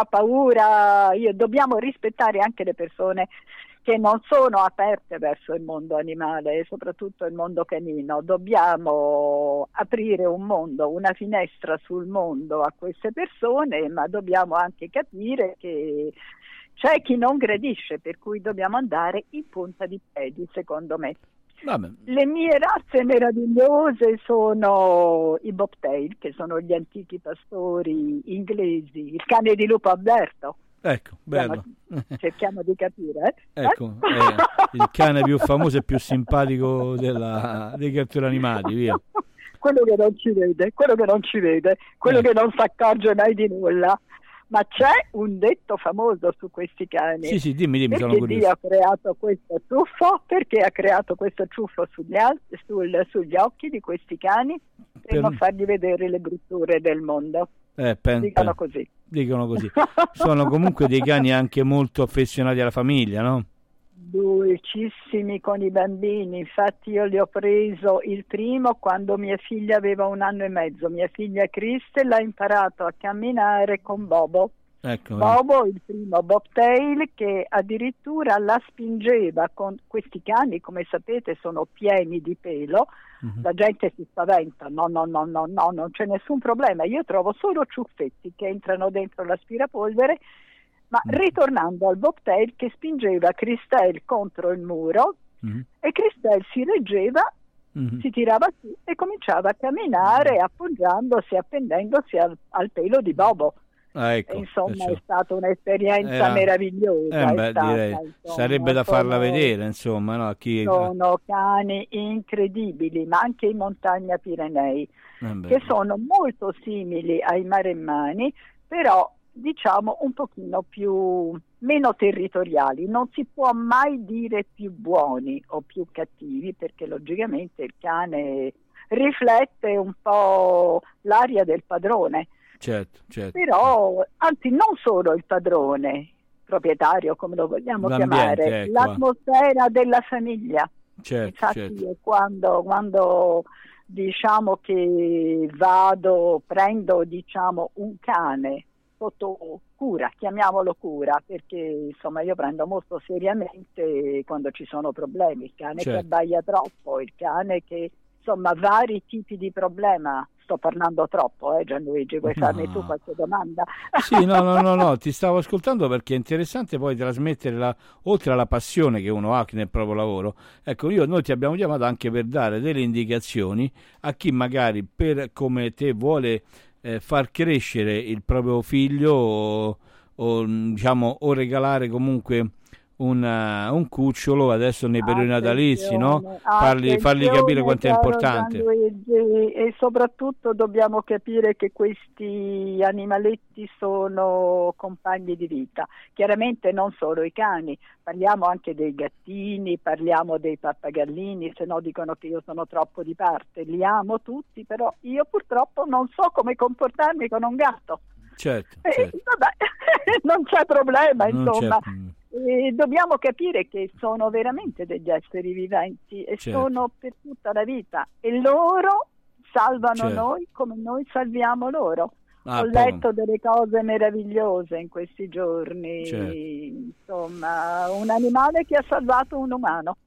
dobbiamo rispettare anche le persone che non sono aperte verso il mondo animale, soprattutto il mondo canino. Dobbiamo aprire un mondo, una finestra sul mondo a queste persone, ma dobbiamo anche capire che c'è chi non gradisce, per cui dobbiamo andare in punta di piedi, secondo me.
Vabbè.
Le mie razze meravigliose sono i bobtail, che sono gli antichi pastori inglesi, il cane di lupo avverto.
Ecco, bello.
Cerchiamo di capire.
Ecco, il cane più famoso e più simpatico dei cartoni animati, via.
Quello che non ci vede, quello che non si accorge mai di nulla. Ma c'è un detto famoso su questi cani.
Sì, dimmi, sono
perché
curioso.
Dio ha creato questo ciuffo? Perché ha creato questo ciuffo sugli occhi di questi cani? Per non fargli vedere le brutture del mondo. Dicono così. Sono comunque dei cani anche molto affezionati alla famiglia, no? Dolcissimi con i bambini, infatti io li ho preso il primo quando mia figlia aveva 1 anno e mezzo, mia figlia Christel ha imparato a camminare con Bobo.
Ecco,
Bobo, il primo bobtail, che addirittura la spingeva con questi cani, come sapete sono pieni di pelo, la gente si spaventa, no, non c'è nessun problema, io trovo solo ciuffetti che entrano dentro l'aspirapolvere. Ma ritornando al bobtail che spingeva Christel contro il muro e Christel si reggeva, si tirava su e cominciava a camminare appoggiandosi, appendendosi al pelo di Bobo.
Ecco,
insomma è stata un'esperienza meravigliosa.
Direi. Sarebbe da farla vedere, insomma, no?
Sono cani incredibili, ma anche in montagna Pirenei, che sono molto simili ai maremmani, però diciamo un pochino meno territoriali. Non si può mai dire più buoni o più cattivi, perché logicamente il cane riflette un po' l'aria del padrone.
Certo.
Però, anzi, non solo il padrone, proprietario, come lo vogliamo chiamare,
ecco,
l'atmosfera della famiglia.
Infatti
io quando diciamo che prendo diciamo un cane sotto cura, chiamiamolo cura, perché insomma io prendo molto seriamente quando ci sono problemi, il cane che abbaia troppo, il cane che insomma vari tipi di problema, sto parlando troppo, Gianluigi, vuoi farmi tu qualche domanda?
Sì, no, ti stavo ascoltando perché è interessante poi trasmettere oltre alla passione che uno ha nel proprio lavoro. Ecco, noi ti abbiamo chiamato anche per dare delle indicazioni a chi magari come te vuole far crescere il proprio figlio o regalare comunque un cucciolo adesso nei periodi natalizi, no? Fargli capire quanto è importante.
Gianluigi, e soprattutto dobbiamo capire che questi animaletti sono compagni di vita, chiaramente non solo i cani, parliamo anche dei gattini, parliamo dei pappagallini, se no dicono che io sono troppo di parte, li amo tutti, però io purtroppo non so come comportarmi con un gatto.
Certo.
Vabbè, non c'è problema, insomma. Dobbiamo capire che sono veramente degli esseri viventi e sono per tutta la vita, e loro salvano noi come noi salviamo loro. Ho letto delle cose meravigliose in questi giorni, insomma, un animale che ha salvato un umano.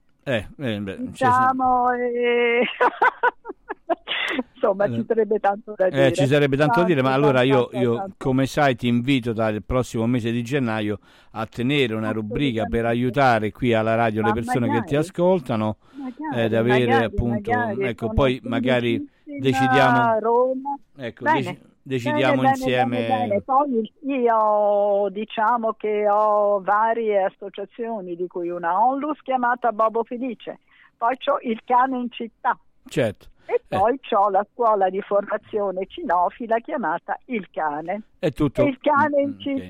Insomma, ci sarebbe tanto da dire.
Ci sarebbe tanto da dire, ma allora io come sai ti invito dal prossimo mese di gennaio a tenere una rubrica per aiutare qui alla radio le persone che ti ascoltano, ad avere appunto, ecco, poi magari decidiamo
Roma.
Ecco, decidiamo insieme.
Bene. Poi io diciamo che ho varie associazioni, di cui una onlus chiamata Bobo Felice, poi c'ho il cane in città.
Certo.
E poi c'ho la scuola di formazione cinofila chiamata Il Cane.
È tutto.
E il cane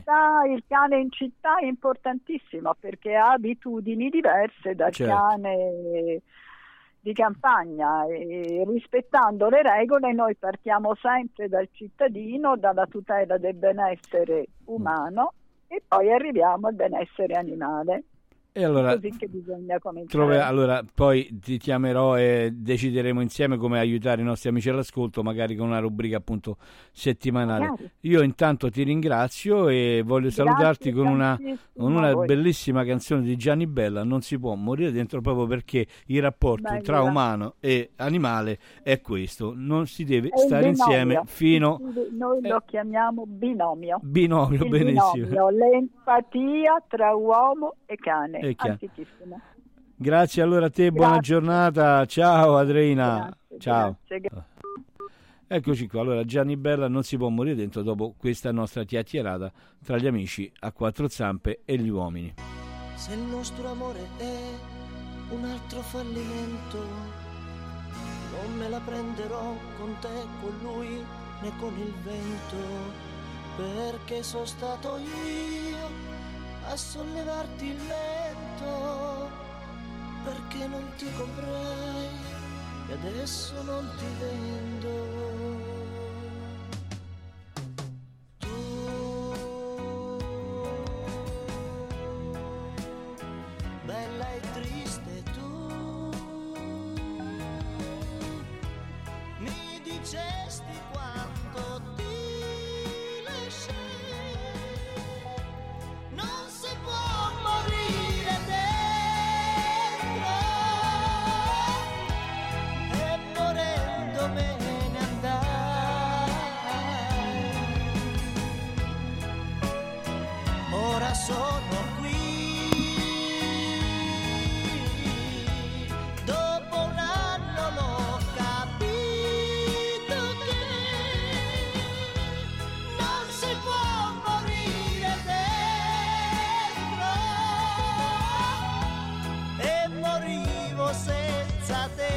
in città è importantissimo perché ha abitudini diverse dal cane di campagna, e rispettando le regole noi partiamo sempre dal cittadino, dalla tutela del benessere umano e poi arriviamo al benessere animale.
E allora,
così che bisogna cominciare.
Allora poi ti chiamerò e decideremo insieme come aiutare i nostri amici all'ascolto, magari con una rubrica appunto settimanale. Magari. Io intanto ti ringrazio e voglio salutarti con una bellissima canzone di Gianni Bella, Non si può morire dentro, proprio perché il rapporto tra umano e animale è questo, non si deve stare insieme fino...
Noi lo chiamiamo binomio.
Benissimo.
Binomio, l'empatia tra uomo e cane. Antichissima.
Grazie allora a te, buona giornata, ciao Adriana. Ciao. Grazie. Eccoci qua, allora Gianni Bella, Non si può morire dentro, dopo questa nostra chiacchierata tra gli amici a quattro zampe e gli uomini.
Se il nostro amore è un altro fallimento, non me la prenderò con te, con lui né con il vento, perché sono stato io a sollevarti il mento, perché non ti comprai e adesso non ti vendo. Tu, bella e triste tu, mi dicesti quanto ti lasciai. Non si può morire dentro e morendo me ne andai. Ora sono qui, dopo un anno l'ho capito che non si può morire dentro e morivo senza te.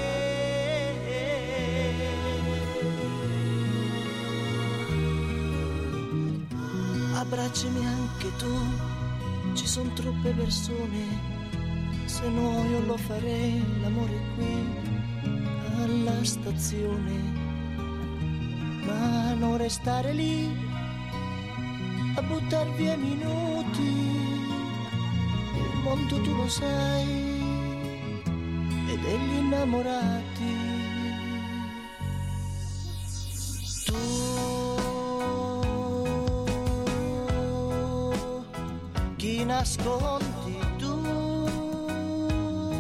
Abbracciami anche tu, ci sono troppe persone, se no io lo farei l'amore qui alla stazione, ma non restare lì a buttar via minuti, il mondo tu lo sai, e degli innamorati. Tu chi nascondi tu,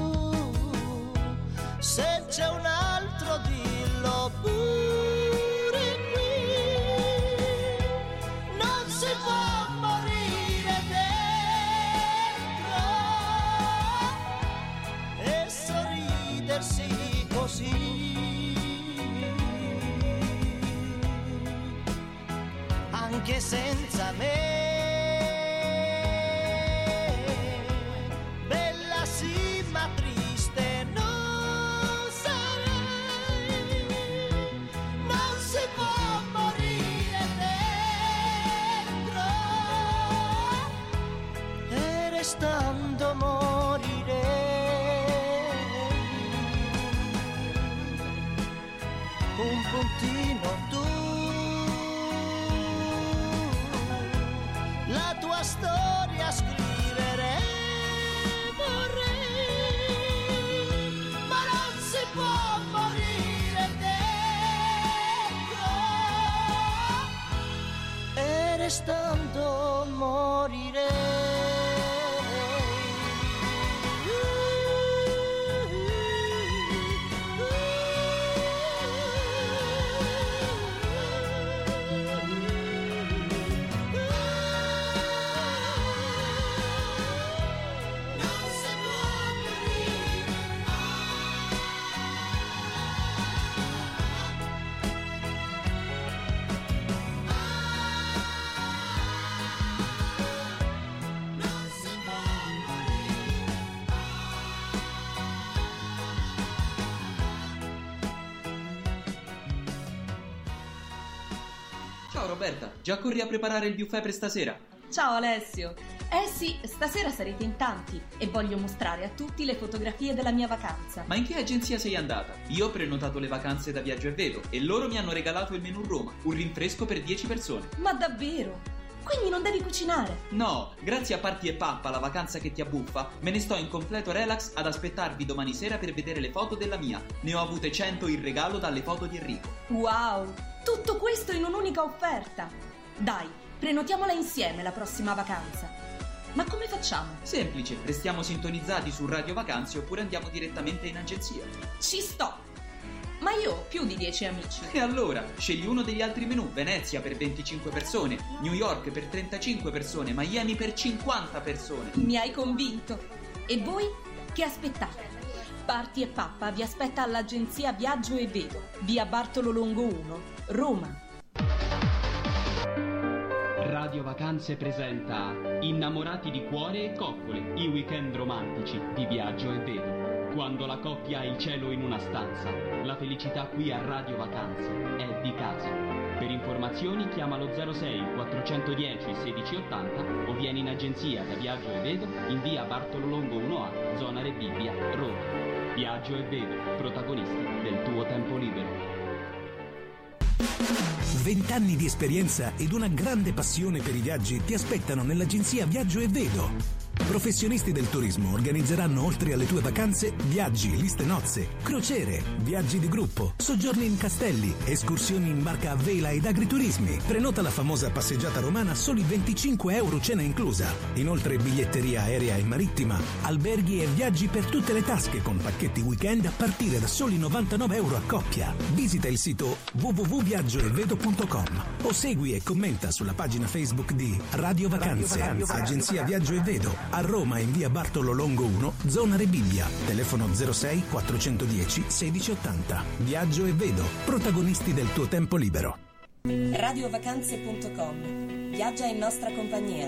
se c'è un altro dillo pure che senza me, bella sì ma triste non sarai, non si può morire dentro e restando morirei, un puntino tu, la tua storia scrivere vorrei, ma non si può morire dentro e restando morirei.
Ciao Roberta, già corri a preparare il buffet per stasera?
Ciao Alessio. Eh sì, stasera sarete in tanti e voglio mostrare a tutti le fotografie della mia vacanza.
Ma in che agenzia sei andata? Io ho prenotato le vacanze da Viaggio e Vedo e loro mi hanno regalato il menù Roma, un rinfresco per 10 persone.
Ma davvero? Quindi non devi cucinare?
No, grazie a Parti e Pappa, la vacanza che ti abbuffa, me ne sto in completo relax ad aspettarvi domani sera per vedere le foto della mia. Ne ho avute 100 in regalo dalle foto di Enrico.
Wow, tutto questo in un'unica offerta. Dai, prenotiamola insieme la prossima vacanza. Ma come facciamo?
Semplice, restiamo sintonizzati su Radio Vacanze oppure andiamo direttamente in agenzia.
Ci sto! Ma io ho più di 10 amici.
E allora, scegli uno degli altri menù. Venezia per 25 persone, New York per 35 persone, Miami per 50 persone.
Mi hai convinto. E voi che aspettate? Parti e Pappa vi aspetta all'agenzia Viaggio e Vedo, via Bartolo Longo 1, Roma.
Radio Vacanze presenta Innamorati di cuore e coccole, i weekend romantici di Viaggio e Vedo. Quando la coppia ha il cielo in una stanza, la felicità qui a Radio Vacanze è di casa. Per informazioni chiamalo 06 410 1680 o vieni in agenzia da Viaggio e Vedo in via Bartolo Longo 1A, zona Rebibbia, Roma. Viaggio e Vedo, protagonisti del tuo tempo libero.
20 anni di esperienza ed una grande passione per i viaggi ti aspettano nell'agenzia Viaggio e Vedo. Professionisti del turismo organizzeranno oltre alle tue vacanze viaggi, liste nozze, crociere, viaggi di gruppo, soggiorni in castelli, escursioni in barca a vela ed agriturismi. Prenota la famosa passeggiata romana a soli 25 euro cena inclusa. Inoltre biglietteria aerea e marittima, alberghi e viaggi per tutte le tasche con pacchetti weekend a partire da soli 99 euro a coppia. Visita il sito www.viaggioevedo.com o segui e commenta sulla pagina Facebook di Radio Vacanze, agenzia Viaggio e Vedo, a Roma in via Bartolo Longo 1, zona Rebibbia, telefono 06 410 1680. Viaggio e Vedo, protagonisti del tuo tempo libero.
Radiovacanze.com. Viaggia in nostra compagnia.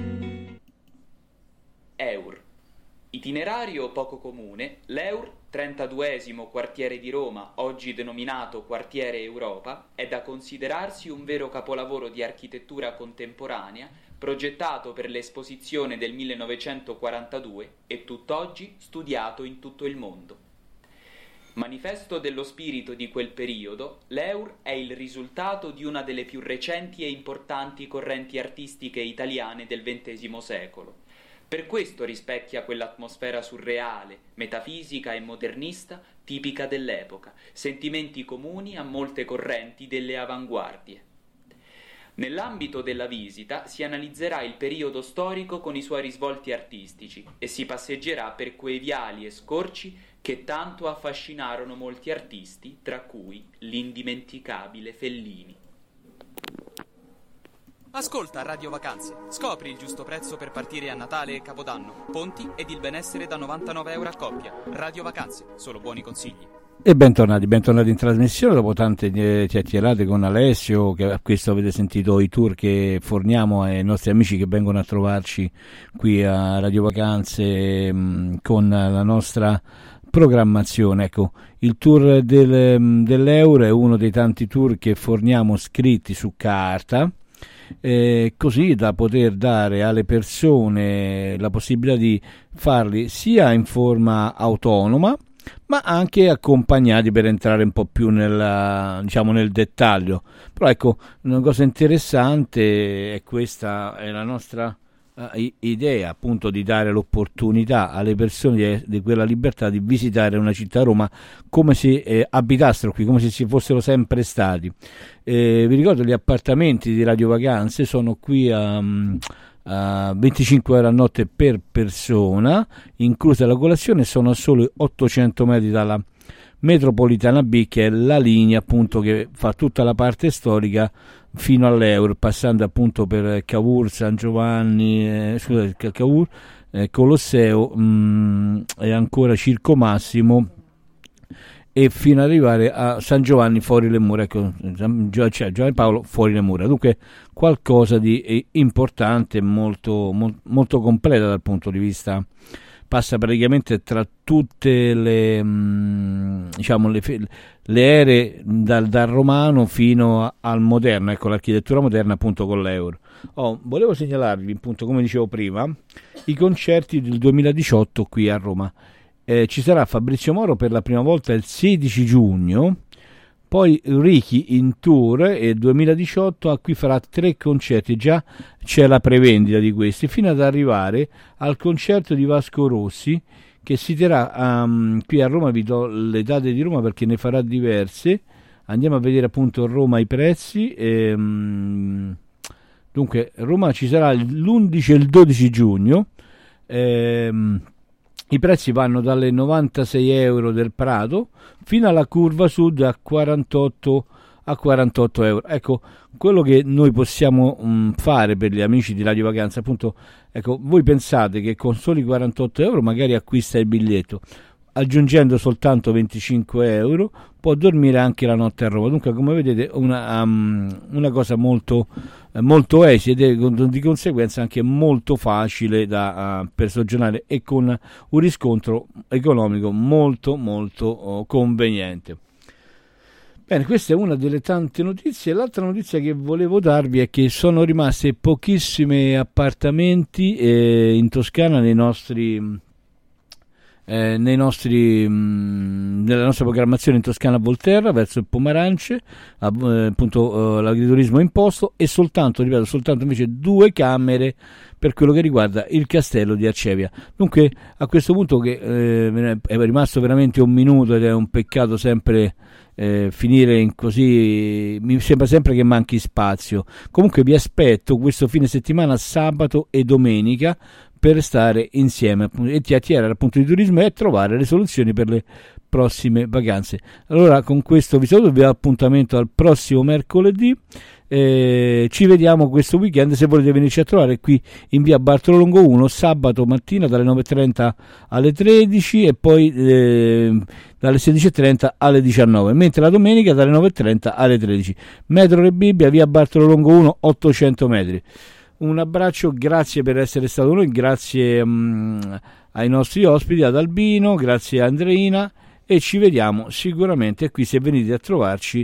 EUR. Itinerario poco comune, l'EUR, 32esimo quartiere di Roma, oggi denominato Quartiere Europa, è da considerarsi un vero capolavoro di architettura contemporanea, progettato per l'esposizione del 1942 e tutt'oggi studiato in tutto il mondo. Manifesto dello spirito di quel periodo, l'EUR è il risultato di una delle più recenti e importanti correnti artistiche italiane del XX secolo. Per questo rispecchia quell'atmosfera surreale, metafisica e modernista tipica dell'epoca, sentimenti comuni a molte correnti delle avanguardie. Nell'ambito della visita si analizzerà il periodo storico con i suoi risvolti artistici e si passeggerà per quei viali e scorci che tanto affascinarono molti artisti, tra cui l'indimenticabile Fellini.
Ascolta Radio Vacanze, scopri il giusto prezzo per partire a Natale e Capodanno, ponti ed il benessere da 99 euro a coppia. Radio Vacanze, solo buoni consigli.
E bentornati in trasmissione dopo tante chiacchierate con Alessio, che a questo avete sentito i tour che forniamo ai nostri amici che vengono a trovarci qui a Radio Vacanze con la nostra programmazione. Ecco, il tour dell'Euro è uno dei tanti tour che forniamo scritti su carta, così da poter dare alle persone la possibilità di farli sia in forma autonoma ma anche accompagnati per entrare un po' più nel dettaglio. Però ecco, una cosa interessante è questa, è la nostra idea, appunto, di dare l'opportunità alle persone di quella libertà di visitare una città, Roma, come se abitassero qui, come se ci fossero sempre stati. Vi ricordo, gli appartamenti di Radio Vacanze sono qui a 25 euro a notte per persona, inclusa la colazione. Sono a soli 800 metri dalla metropolitana B, che è la linea appunto che fa tutta la parte storica fino all'Euro, passando appunto per Cavour, San Giovanni, Cavour, Colosseo e ancora Circo Massimo, e fino ad arrivare a San Giovanni fuori le mura, ecco, Giovanni Paolo fuori le mura. Dunque qualcosa di importante, molto, molto completa dal punto di vista, passa praticamente tra tutte le ere dal romano fino al moderno, ecco, l'architettura moderna appunto con l'Euro. Volevo segnalarvi, appunto, come dicevo prima, i concerti del 2018 qui a Roma. Ci sarà Fabrizio Moro per la prima volta il 16 giugno, poi Ricky in tour, e 2018 qui farà 3 concerti, già c'è la prevendita di questi, fino ad arrivare al concerto di Vasco Rossi, che si terrà qui a Roma. Vi do le date di Roma perché ne farà diverse, andiamo a vedere appunto Roma i prezzi. Dunque Roma ci sarà l'11 e il 12 giugno. I prezzi vanno dalle 96 euro del Prato fino alla Curva Sud a 48 euro. Ecco, quello che noi possiamo fare per gli amici di Radio Vacanze, appunto, ecco, voi pensate che con soli 48 euro magari acquista il biglietto, aggiungendo soltanto 25 euro può dormire anche la notte a Roma. Dunque, come vedete, una cosa molto easy, ed è di conseguenza anche molto facile per soggiornare, e con un riscontro economico molto molto conveniente. Bene, questa è una delle tante notizie. L'altra notizia che volevo darvi è che sono rimaste pochissimi appartamenti in Toscana nella nostra programmazione in Toscana a Volterra verso il Pomarance, appunto l'agriturismo imposto, e soltanto invece 2 camere per quello che riguarda il castello di Arcevia. Dunque, a questo punto, che è rimasto veramente un minuto, ed è un peccato sempre finire in così, mi sembra sempre che manchi spazio. Comunque vi aspetto questo fine settimana, sabato e domenica, per stare insieme e chiacchierare appunto di turismo e trovare le soluzioni per le prossime vacanze. Allora, con questo vi saluto, vi do appuntamento al prossimo mercoledì. Ci vediamo questo weekend, se volete venirci a trovare qui in via Bartolo Longo 1, sabato mattina dalle 9:30 alle 13 e poi dalle 16:30 alle 19, mentre la domenica dalle 9:30 alle 13. Metro Re Bibbia, via Bartolo Longo 1, 800 metri. Un abbraccio, grazie per essere stato con noi, grazie ai nostri ospiti, ad Albino, grazie a Andreina, e ci vediamo sicuramente qui se venite a trovarci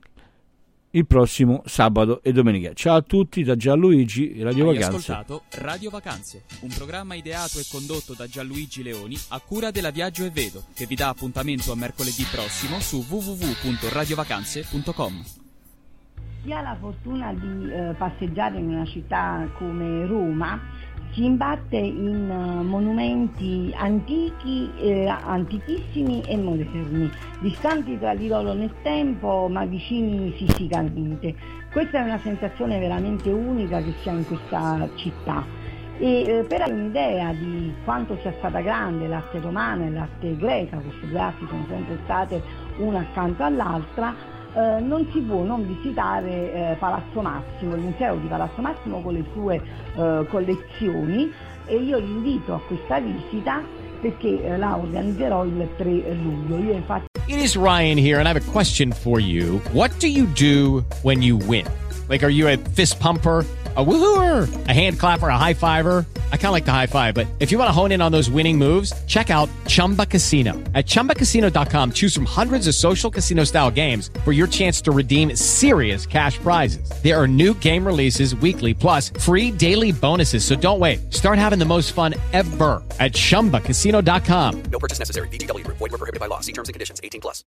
il prossimo sabato e domenica. Ciao a tutti da Gianluigi, Radio Vacanze.
Hai ascoltato Radio Vacanze, un programma ideato e condotto da Gianluigi Leoni a cura della Viaggio e Vedo, che vi dà appuntamento a mercoledì prossimo su www.radiovacanze.com.
Chi ha la fortuna di passeggiare in una città come Roma si imbatte in monumenti antichi, antichissimi e moderni, distanti tra di loro nel tempo ma vicini fisicamente. Questa è una sensazione veramente unica che si ha in questa città. E per avere un'idea di quanto sia stata grande l'arte romana e l'arte greca, queste due arti sono sempre state una accanto all'altra, non si può non visitare Palazzo Massimo, il museo di Palazzo Massimo con le sue collezioni, e io vi invito a questa visita perché la organizzerò il 3 luglio. Io infatti
It is Ryan here, and I have a question for you. What do you do when you win? Like, are you a fist pumper, a woohooer, a hand clapper, a high fiver? I kind of like the high five, but if you want to hone in on those winning moves, check out Chumba Casino. At ChumbaCasino.com, choose from hundreds of social casino-style games for your chance to redeem serious cash prizes. There are new game releases weekly, plus free daily bonuses, so don't wait. Start having the most fun ever at ChumbaCasino.com.
No purchase necessary. VGW Group. Void where prohibited by law. See terms and conditions. 18+.